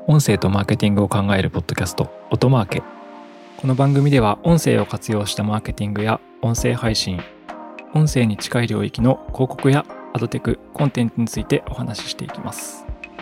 音声とマーケティングを考えるポッドキャスト音マーケ。この番組では音声を活用したマーケティングや音声配信、音声に近い領域の広告やアドテク、コンテンツについてお話ししていきます。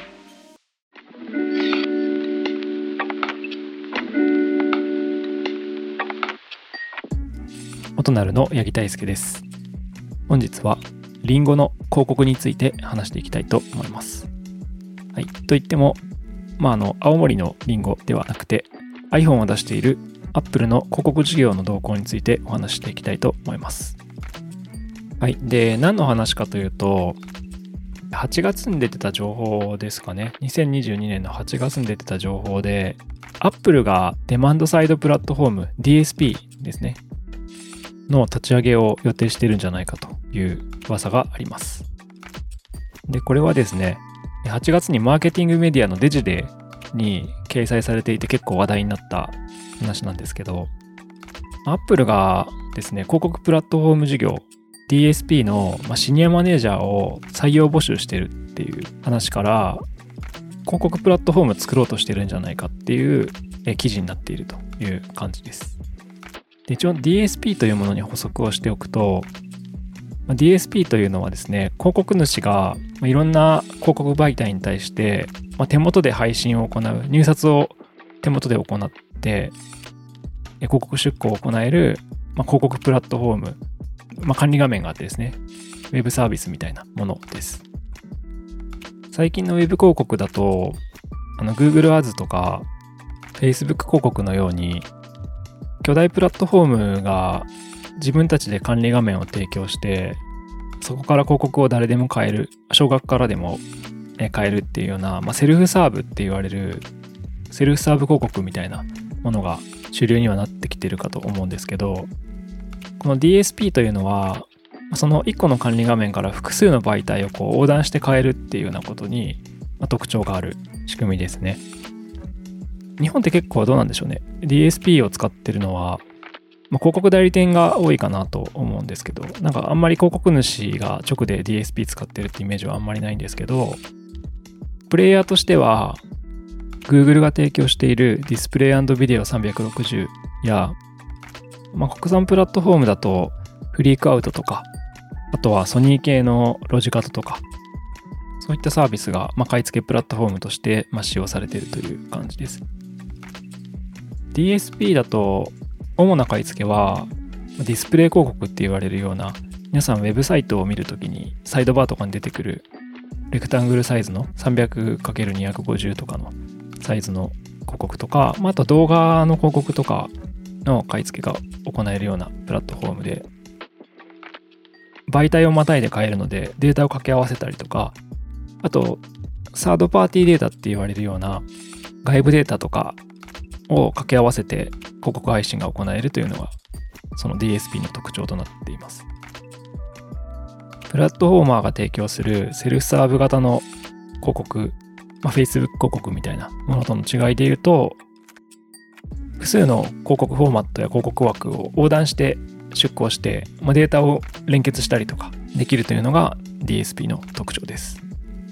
音なるの八木大輔です。本日はリンゴの広告について話していきたいと思います。はい、といっても、青森のリンゴではなくて iPhone を出している Apple の広告事業の動向についてお話していきたいと思います。はい、で何の話かというと、8月に出てた情報ですかね。2022年の8月に出てた情報で Apple がデマンドサイドプラットフォーム DSP ですねの立ち上げを予定しているんじゃないかという噂があります。でこれはですね、8月にマーケティングメディアのデジデーに掲載されていて結構話題になった話なんですけど、Apple がですね、広告プラットフォーム事業 DSP のシニアマネージャーを採用募集してるっていう話から、広告プラットフォーム作ろうとしてるんじゃないかっていう記事になっているという感じです。で一応 DSP というものに補足をしておくと、DSP というのはですね、広告主がいろんな広告媒体に対して、手元で配信を行う、入札を手元で行って広告出稿を行える、広告プラットフォーム、管理画面があってですね、ウェブサービスみたいなものです。最近のウェブ広告だとGoogle Ads とか Facebook 広告のように巨大プラットフォームが自分たちで管理画面を提供して、そこから広告を誰でも買える、少額からでも買えるっていうような、セルフサーブって言われるセルフサーブ広告みたいなものが主流にはなってきてるかと思うんですけど、この DSP というのはその1個の管理画面から複数の媒体を横断して買えるっていうようなことに特徴がある仕組みですね。日本って結構どうなんでしょうね。DSP を使ってるのは広告代理店が多いかなと思うんですけど、あんまり広告主が直で DSP 使ってるってイメージはあんまりないんですけど、プレイヤーとしては Google が提供しているディスプレイ&ビデオ360や、国産プラットフォームだとフリークアウトとか、あとはソニー系のロジカトとか、そういったサービスが買い付けプラットフォームとして使用されているという感じです。DSP だと主な買い付けはディスプレイ広告って言われるような、皆さんウェブサイトを見るときにサイドバーとかに出てくるレクタングルサイズの 300×250 とかのサイズの広告とか、あと動画の広告とかの買い付けが行えるようなプラットフォームで、媒体をまたいで買えるのでデータを掛け合わせたりとか、あとサードパーティーデータって言われるような外部データとかを掛け合わせて広告配信が行えるというのがその DSP の特徴となっています。プラットフォーマーが提供するセルフサーブ型の広告、Facebook 広告みたいなものとの違いで言うと、複数の広告フォーマットや広告枠を横断して出稿して、データを連結したりとかできるというのが DSP の特徴です。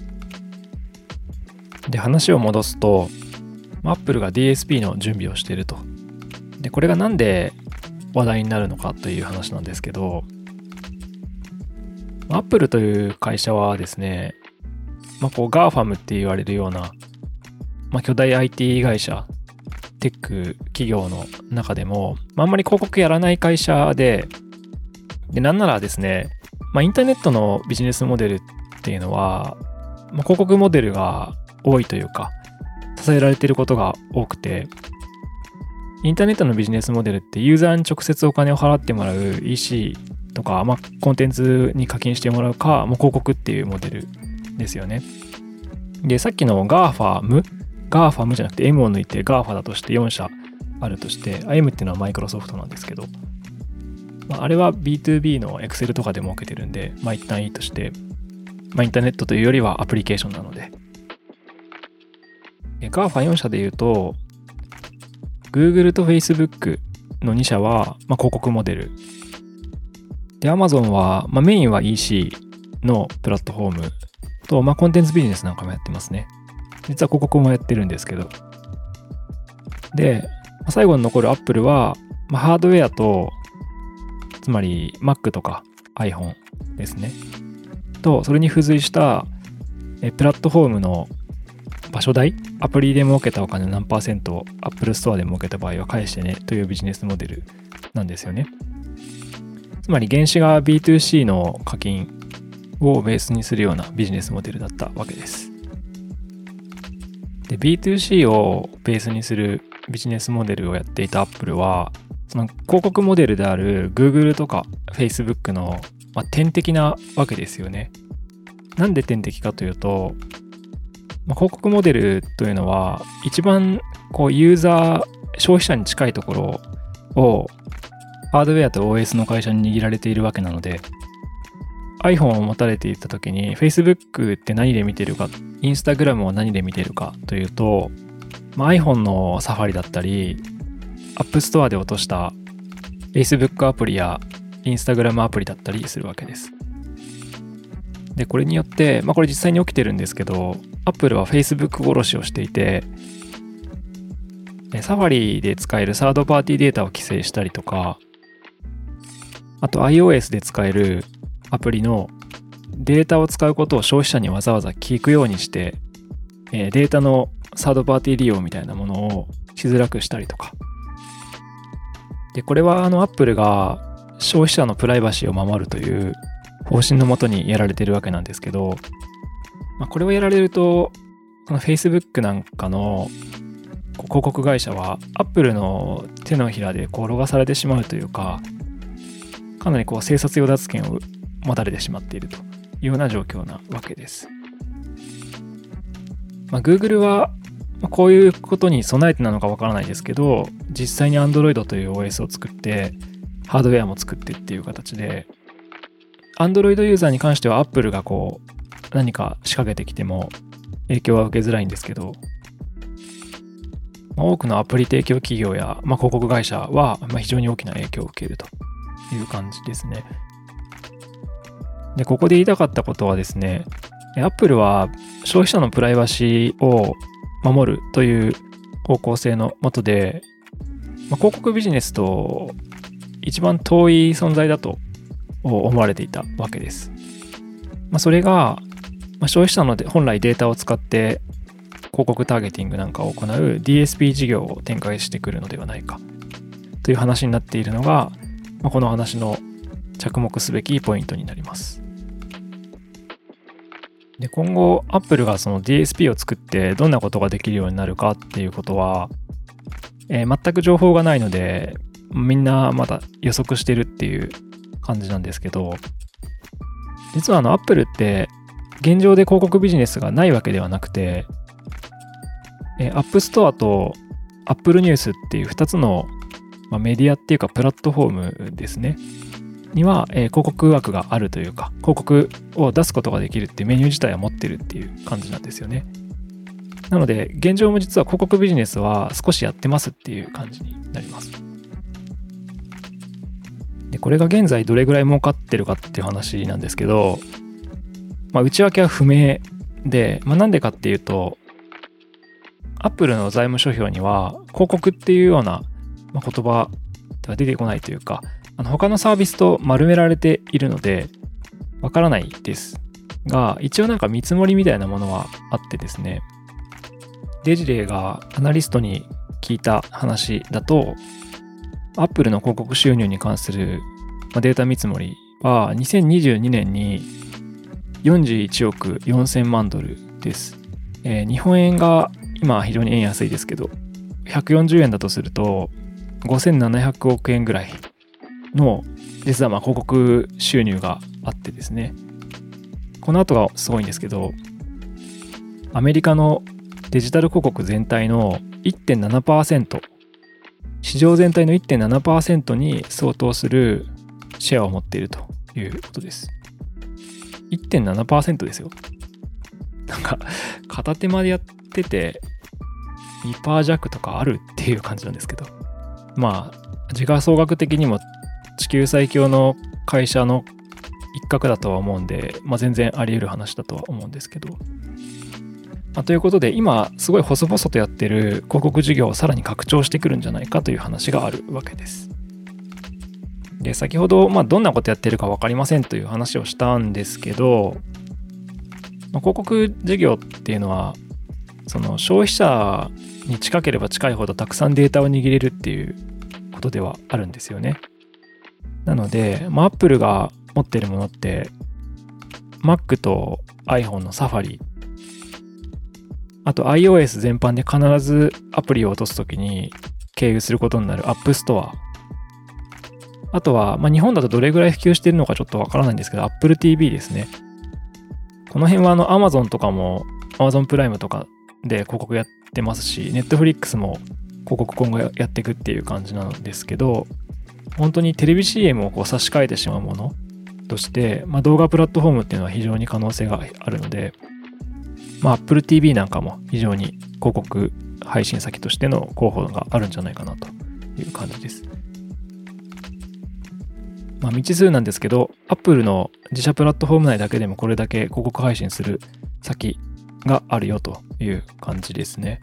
で、話を戻すと、Apple が DSP の準備をしていると。で、これがなんで話題になるのかという話なんですけど、Apple という会社はですね、GAFAM って言われるような、巨大 IT 会社、テック企業の中でも、あんまり広告やらない会社で、なんならですね、インターネットのビジネスモデルっていうのは、広告モデルが多いというか、支えられていることが多くて、インターネットのビジネスモデルってユーザーに直接お金を払ってもらう EC とか、コンテンツに課金してもらうか、広告っていうモデルですよね。で、さっきの GAFAM じゃなくて M を抜いて GAFA だとして4社あるとして、M っていうのはマイクロソフトなんですけど、あれは B2B の Excel とかで儲けてるんで、一旦いいとして、インターネットというよりはアプリケーションなので、GAFA4 社で言うと、Google と Facebook の2社は、広告モデル。で、Amazon は、メインは EC のプラットフォームと、コンテンツビジネスなんかもやってますね。 実は広告もやってるんですけど。で、最後に残る Apple は、ハードウェアと、つまり Mac とか iPhone ですね。と、それに付随したプラットフォームの場所代、アプリで儲けたお金の何%を Apple Store で儲けた場合は返してねというビジネスモデルなんですよね。つまり原資が B2C の課金をベースにするようなビジネスモデルだったわけです。で、B2C をベースにするビジネスモデルをやっていた Apple は、その広告モデルである Google とか Facebook の、天敵なわけですよね。なんで天敵かというと、広告モデルというのは一番ユーザー、消費者に近いところをハードウェアと OS の会社に握られているわけなので、 iPhone を持たれていた時に Facebook って何で見てるか、Instagram を何で見てるかというと、iPhone のサファリだったり App Store で落とした Facebook アプリや Instagram アプリだったりするわけです。で、これによって、これ実際に起きてるんですけど、Apple は Facebook 殺しをしていて、サファリで使えるサードパーティーデータを規制したりとか、あと iOS で使えるアプリのデータを使うことを消費者にわざわざ聞くようにして、データのサードパーティー利用みたいなものをしづらくしたりとか。で、これはApple が消費者のプライバシーを守るという方針のもとにやられてるわけなんですけど、これをやられると、この Facebook なんかの広告会社は Apple の手のひらで転がされてしまうというか、かなり生殺与奪権を持たれてしまっているというような状況なわけです。Google はこういうことに備えてなのかわからないですけど、実際に Android という OS を作ってハードウェアも作ってっていう形で、Android ユーザーに関しては Apple が何か仕掛けてきても影響は受けづらいんですけど、多くのアプリ提供企業や、広告会社は、非常に大きな影響を受けるという感じですね。で、ここで言いたかったことはですね、Apple は消費者のプライバシーを守るという方向性の下で、広告ビジネスと一番遠い存在だと思われていたわけです。それが、消費者の本来データを使って広告ターゲティングなんかを行う DSP 事業を展開してくるのではないかという話になっているのが、この話の着目すべきポイントになります。で、今後 Apple がその DSP を作ってどんなことができるようになるかっていうことは、全く情報がないので、みんなまだ予測してるっていう感じなんですけど、実はApple って現状で広告ビジネスがないわけではなくて、App Store と Apple News っていう2つの、メディアっていうかプラットフォームですねには、広告枠があるというか、広告を出すことができるっていうメニュー自体は持ってるっていう感じなんですよね。なので現状も実は広告ビジネスは少しやってますっていう感じになります。で、これが現在どれぐらい儲かってるかっていう話なんですけど、内訳は不明で、なんでかっていうと、Apple の財務諸表には広告っていうような言葉が出てこないというか、他のサービスと丸められているのでわからないですが、一応見積もりみたいなものはあってですね、デジレイがアナリストに聞いた話だと、Apple の広告収入に関するデータ見積もりは2022年に41億4000万ドルです。日本円が今非常に円安いですけど、140円だとすると5700億円ぐらいの実は広告収入があってですね、この後がすごいんですけど、アメリカのデジタル広告全体の 1.7%、市場全体の 1.7% に相当するシェアを持っているということです。1.7% ですよ。片手間でやってて 2% 弱とかあるっていう感じなんですけど、時価総額的にも地球最強の会社の一角だとは思うんで、全然あり得る話だとは思うんですけど、 ということで今すごい細々とやってる広告事業をさらに拡張してくるんじゃないかという話があるわけです。で、先ほどどんなことやってるか分かりませんという話をしたんですけど、広告事業っていうのはその消費者に近ければ近いほどたくさんデータを握れるっていうことではあるんですよね。なので、Apple が持ってるものって Mac と iPhone の Safari、あと iOS 全般で必ずアプリを落とすときに経由することになる App Store、あとは、日本だとどれぐらい普及しているのかちょっとわからないんですけど Apple TV ですね。この辺はAmazon とかも Amazon プライムとかで広告やってますし、Netflix も広告今後やっていくっていう感じなんですけど、本当にテレビ CM を差し替えてしまうものとして、動画プラットフォームっていうのは非常に可能性があるので、Apple TV なんかも非常に広告配信先としての候補があるんじゃないかなという感じです。未知数なんですけど、Apple の自社プラットフォーム内だけでもこれだけ広告配信する先があるよという感じですね。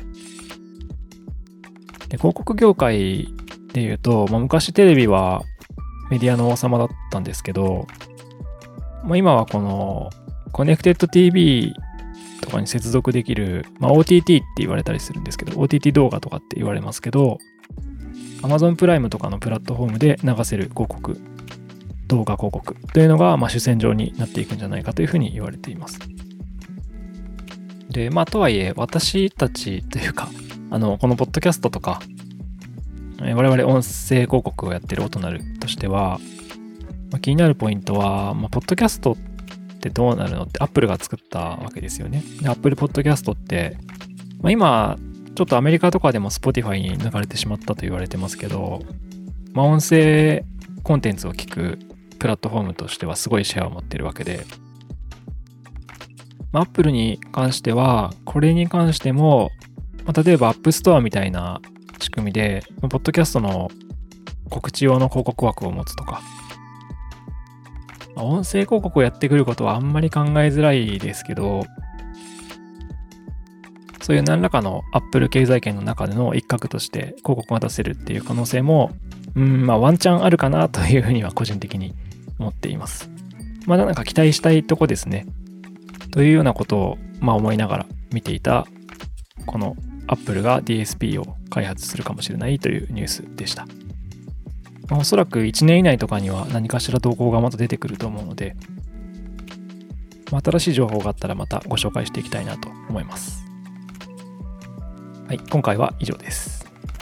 で、広告業界でいうと、昔テレビはメディアの王様だったんですけど、今はこのコネクテッド TV とかに接続できる、OTT って言われたりするんですけど、OTT 動画とかって言われますけど、Amazon プライムとかのプラットフォームで流せる広告、動画広告というのが主戦場になっていくんじゃないかというふうに言われています。で、とはいえ私たちというか、このポッドキャストとか、我々音声広告をやってるオトナルとしては、気になるポイントは、ポッドキャストってどうなるのって Apple が作ったわけですよね。で、Apple Podcast って、今ちょっとアメリカとかでも Spotify に流れてしまったと言われてますけど、音声コンテンツを聞くプラットフォームとしてはすごいシェアを持ってるわけで、Apple に関してはこれに関しても、例えば App Store みたいな仕組みでポッドキャストの告知用の広告枠を持つとか、音声広告をやってくることはあんまり考えづらいですけど、そういう何らかの Apple 経済圏の中での一角として広告が出せるっていう可能性もワンチャンあるかなというふうには個人的に思っています。なんか期待したいとこですねというようなことを思いながら見ていたこの Apple が DSP を開発するかもしれないというニュースでした。おそらく1年以内とかには何かしら動向がまた出てくると思うので、新しい情報があったらまたご紹介していきたいなと思います。はい、今回は以上です。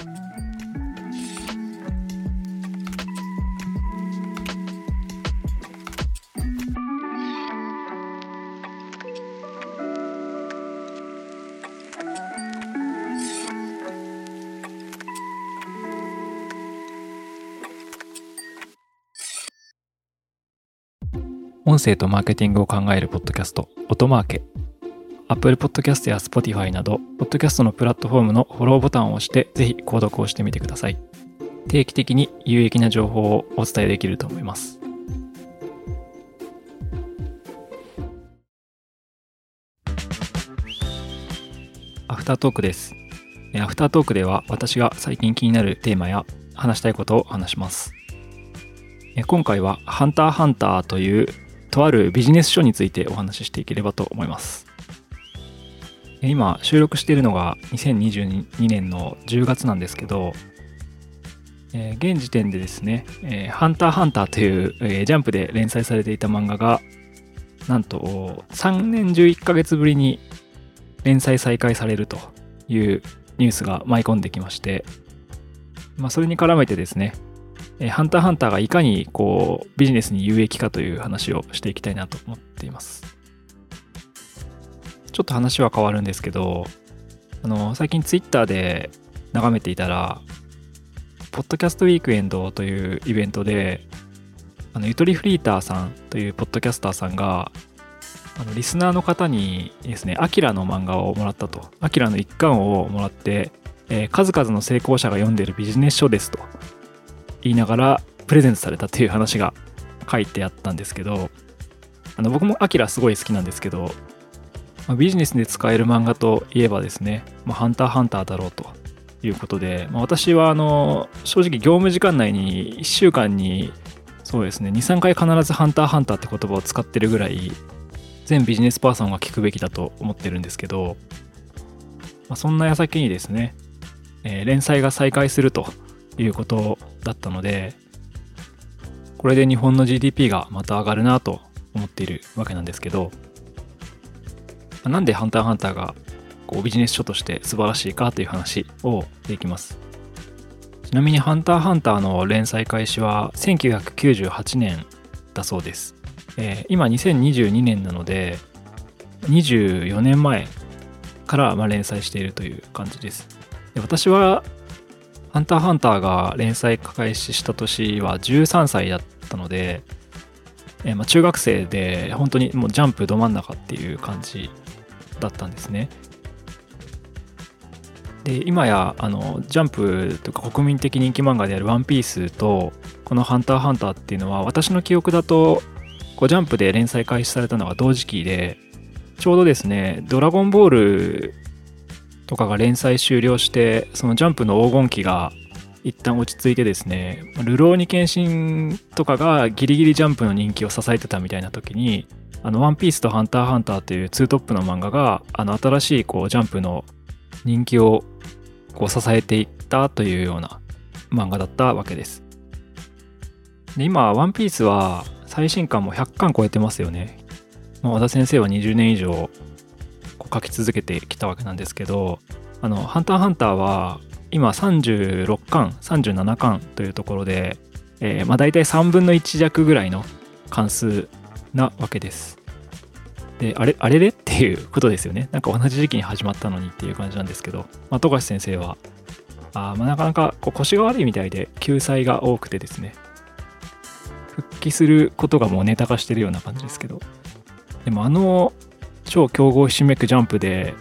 音声とマーケティングを考えるポッドキャスト、音マーケ。Apple Podcast や Spotify など、ポッドキャストのプラットフォームのフォローボタンを押して、ぜひ購読をしてみてください。定期的に有益な情報をお伝えできると思います。アフタートークです。アフタートークでは私が最近気になるテーマや話したいことを話します。今回はハンターハンターというとあるビジネス書についてお話ししていければと思います。今収録しているのが2022年の10月なんですけど、現時点でですね、ハンターハンターという、ジャンプで連載されていた漫画がなんと3年11ヶ月ぶりに連載再開されるというニュースが舞い込んできまして、それに絡めてですね、ハンターハンターがいかにビジネスに有益かという話をしていきたいなと思っています。ちょっと話は変わるんですけど、最近ツイッターで眺めていたら、ポッドキャストウィークエンドというイベントで、ゆとりフリーターさんというポッドキャスターさんが、リスナーの方にですね、アキラの漫画をもらったと。アキラの一巻をもらって、数々の成功者が読んでいるビジネス書ですと言いながらプレゼントされたという話が書いてあったんですけど、僕もアキラすごい好きなんですけど、 ビジネスで使える漫画といえばですね、ハンターハンターだろうということで、私は正直業務時間内に1週間にそうですね 2,3 回必ずハンターハンターって言葉を使ってるぐらい全ビジネスパーソンが聞くべきだと思ってるんですけど、そんな矢先にですね、連載が再開するということだったので、これで日本の GDP がまた上がるなと思っているわけなんですけど、なんでハンターハンターがビジネス書として素晴らしいかという話をしていきます。ちなみにハンターハンターの連載開始は1998年だそうです。今2022年なので24年前から連載しているという感じです。で、私はハンターハンターが連載開始した年は13歳だったので、中学生で本当にもうジャンプど真ん中っていう感じだったんですね。で、今やジャンプとか国民的人気漫画であるワンピースとこのハンターハンターっていうのは、私の記憶だとジャンプで連載開始されたのが同時期で、ちょうどですねドラゴンボールとかが連載終了して、そのジャンプの黄金期が一旦落ち着いてですね、ルローニケンシンとかがギリギリジャンプの人気を支えてたみたいな時に、ワンピースとハンターハンターというツートップの漫画が新しいジャンプの人気を支えていったというような漫画だったわけです。で、今ワンピースは最新巻も100巻超えてますよね。和田先生は20年以上書き続けてきたわけなんですけど、ハンターハンターは今36巻37巻というところで、大体3分の1弱ぐらいの巻数なわけです。で、あれれっていうことですよね。なんか同じ時期に始まったのにっていう感じなんですけど、富樫先生はなかなか腰が悪いみたいで休載が多くてですね、復帰することがもうネタ化してるような感じですけど、でも超強豪ひしめくジャンプで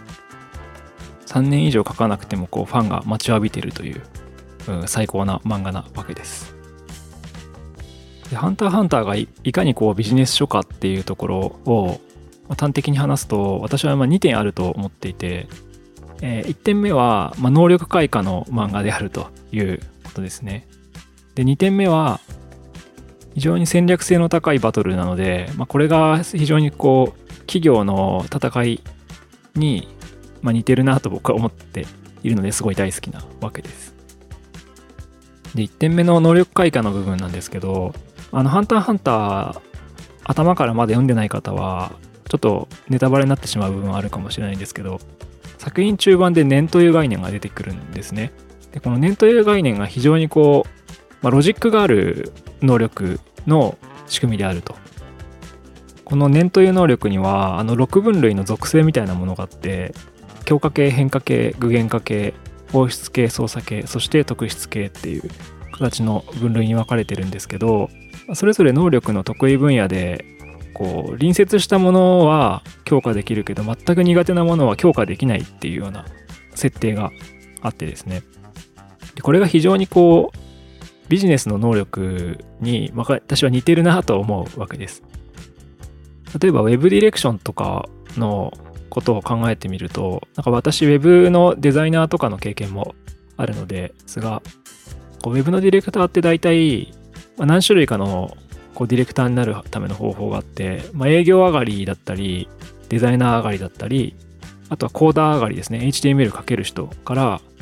3年以上書かなくてもファンが待ちわびてるという、最高な漫画なわけです。で、ハンターハンターが いかにビジネス書かっていうところを端的に話すと、私は2点あると思っていて、1点目は能力開花の漫画であるということですね。で、2点目は非常に戦略性の高いバトルなので、これが非常に企業の戦いに似てるなと僕は思っているので、すごい大好きなわけです。で、1点目の能力開花の部分なんですけど、ハンターハンター頭からまだ読んでない方はちょっとネタバレになってしまう部分はあるかもしれないんですけど、作品中盤で念という概念が出てくるんですね。で、この念という概念が非常にロジックがある能力の仕組みであると。この念という能力には6分類の属性みたいなものがあって、強化系、変化系、具現化系、放出系、操作系、そして特質系っていう形の分類に分かれてるんですけど、それぞれ能力の得意分野で隣接したものは強化できるけど、全く苦手なものは強化できないっていうような設定があってですね。で、これが非常にビジネスの能力に私は似てるなと思うわけです。例えば Web ディレクションとかのことを考えてみると、私 Web のデザイナーとかの経験もあるのですが、Web のディレクターって大体何種類かのディレクターになるための方法があって、営業上がりだったりデザイナー上がりだったり、あとはコーダー上がりですね、 HTML 書ける人から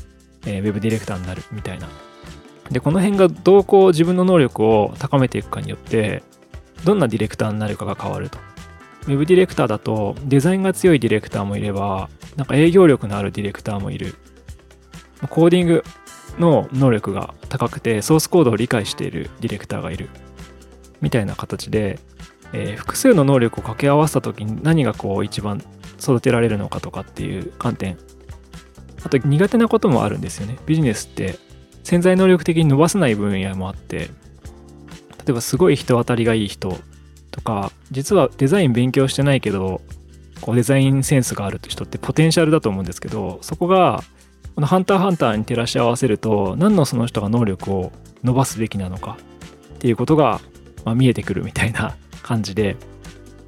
、Web ディレクターになるみたいな。で、この辺がどう自分の能力を高めていくかによってどんなディレクターになるかが変わると。Web ディレクターだとデザインが強いディレクターもいれば、営業力のあるディレクターもいる。コーディングの能力が高くてソースコードを理解しているディレクターがいるみたいな形で、複数の能力を掛け合わせた時に何が一番育てられるのかとかっていう観点、あと苦手なこともあるんですよね。ビジネスって潜在能力的に伸ばせない分野もあって、例えばすごい人当たりがいい人とか、実はデザイン勉強してないけどデザインセンスがある人ってポテンシャルだと思うんですけど、そこがこのハンターハンターに照らし合わせると、何のその人が能力を伸ばすべきなのかっていうことが見えてくるみたいな感じで、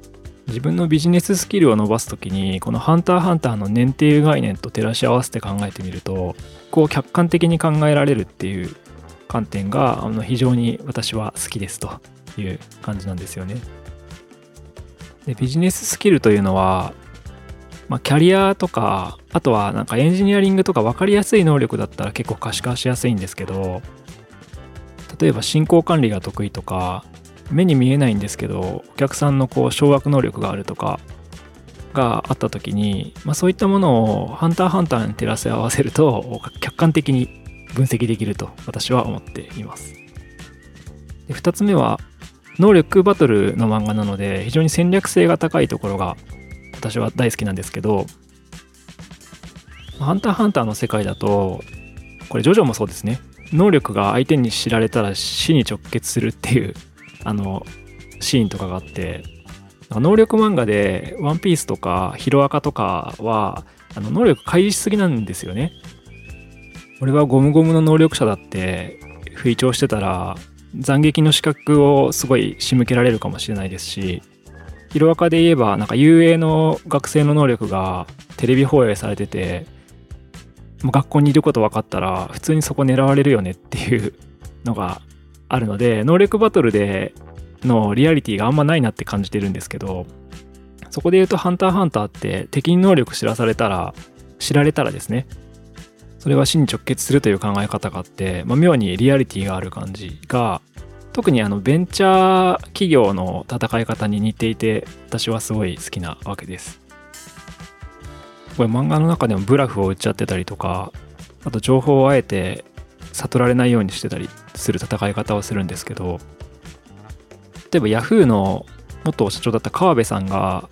自分のビジネススキルを伸ばすときにこのハンターハンターの年っていう概念と照らし合わせて考えてみると、こう客観的に考えられるっていう観点が非常に私は好きですという感じなんですよね。でビジネススキルというのは、キャリアとか、あとはなんかエンジニアリングとか分かりやすい能力だったら結構可視化しやすいんですけど、例えば進行管理が得意とか、目に見えないんですけどお客さんの掌握能力があるとかがあった時に、そういったものをハンターハンターに照らし合わせると客観的に分析できると私は思っています。で2つ目は能力バトルの漫画なので非常に戦略性が高いところが私は大好きなんですけど、ハンターハンターの世界だと、これジョジョもそうですね、能力が相手に知られたら死に直結するっていうシーンとかがあって、能力漫画でワンピースとかヒロアカとかは能力開示しすぎなんですよね。俺はゴムゴムの能力者だって吹聴してたら斬撃の資格をすごい仕向けられるかもしれないですし、ヒロアカで言えばなんか遊泳の学生の能力がテレビ放映されてて、学校にいること分かったら普通にそこ狙われるよねっていうのがあるので、能力バトルでのリアリティがあんまないなって感じてるんですけど、そこで言うとハンターハンターって敵に能力知られたらですね、それは死に直結するという考え方があって、妙にリアリティがある感じが、特にベンチャー企業の戦い方に似ていて私はすごい好きなわけです。これ漫画の中でもブラフを打っちゃってたりとか、あと情報をあえて悟られないようにしてたりする戦い方をするんですけど、例えばヤフーの元社長だった川辺さんが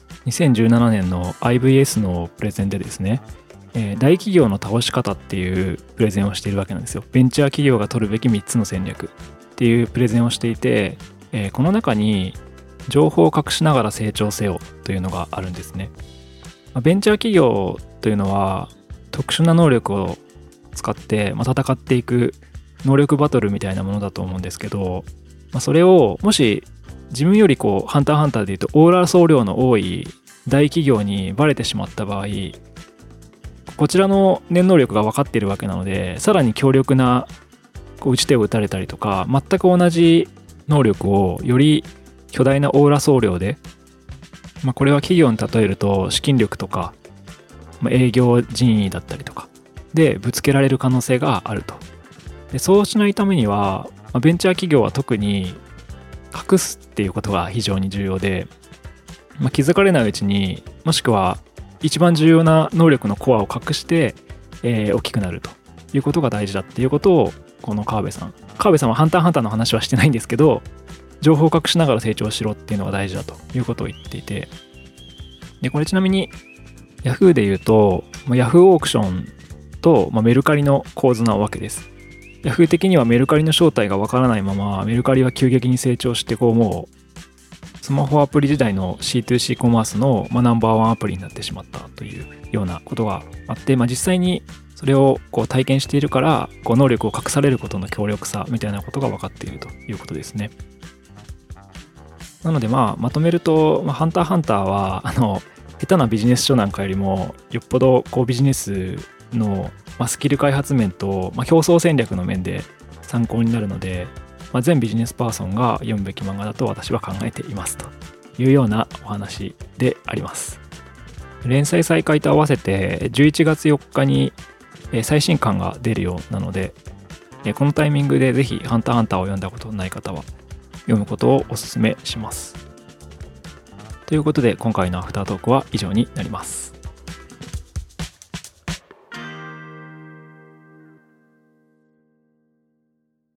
2017年の IVS のプレゼンでですね、大企業の倒し方っていうプレゼンをしているわけなんですよ。ベンチャー企業が取るべき3つの戦略っていうプレゼンをしていて、この中に情報を隠しながら成長せよというのがあるんですね。ベンチャー企業というのは特殊な能力を使って戦っていく能力バトルみたいなものだと思うんですけど、それをもし自分よりハンターハンターでいうとオーラル総量の多い大企業にバレてしまった場合、こちらの念能力が分かっているわけなので、さらに強力な打ち手を打たれたりとか、全く同じ能力をより巨大なオーラ総量で、これは企業に例えると資金力とか、営業人員だったりとかでぶつけられる可能性があると。でそうしないためには、ベンチャー企業は特に隠すっていうことが非常に重要で、気づかれないうちに、もしくは一番重要な能力のコアを隠して、大きくなるということが大事だっていうことを、この川辺さんはハンターハンターの話はしてないんですけど、情報を隠しながら成長しろっていうのが大事だということを言っていて、でこれちなみにヤフーで言うと、ヤフーオークションと、メルカリの構図なわけです。ヤフー的にはメルカリの正体がわからないまま、メルカリは急激に成長して、もうスマホアプリ時代の C2C コマースの、ナンバーワンアプリになってしまったというようなことがあって、実際にそれを体験しているから、能力を隠されることの強力さみたいなことが分かっているということですね。なのでまとめると、ハンターハンターは下手なビジネス書なんかよりもよっぽどビジネスのスキル開発面と競争戦略の面で参考になるので、全ビジネスパーソンが読むべき漫画だと私は考えていますというようなお話であります。連載再開と合わせて11月4日に最新刊が出るようなので、このタイミングでぜひハンターハンターを読んだことのない方は読むことをお勧めします。ということで今回のアフタートークは以上になります。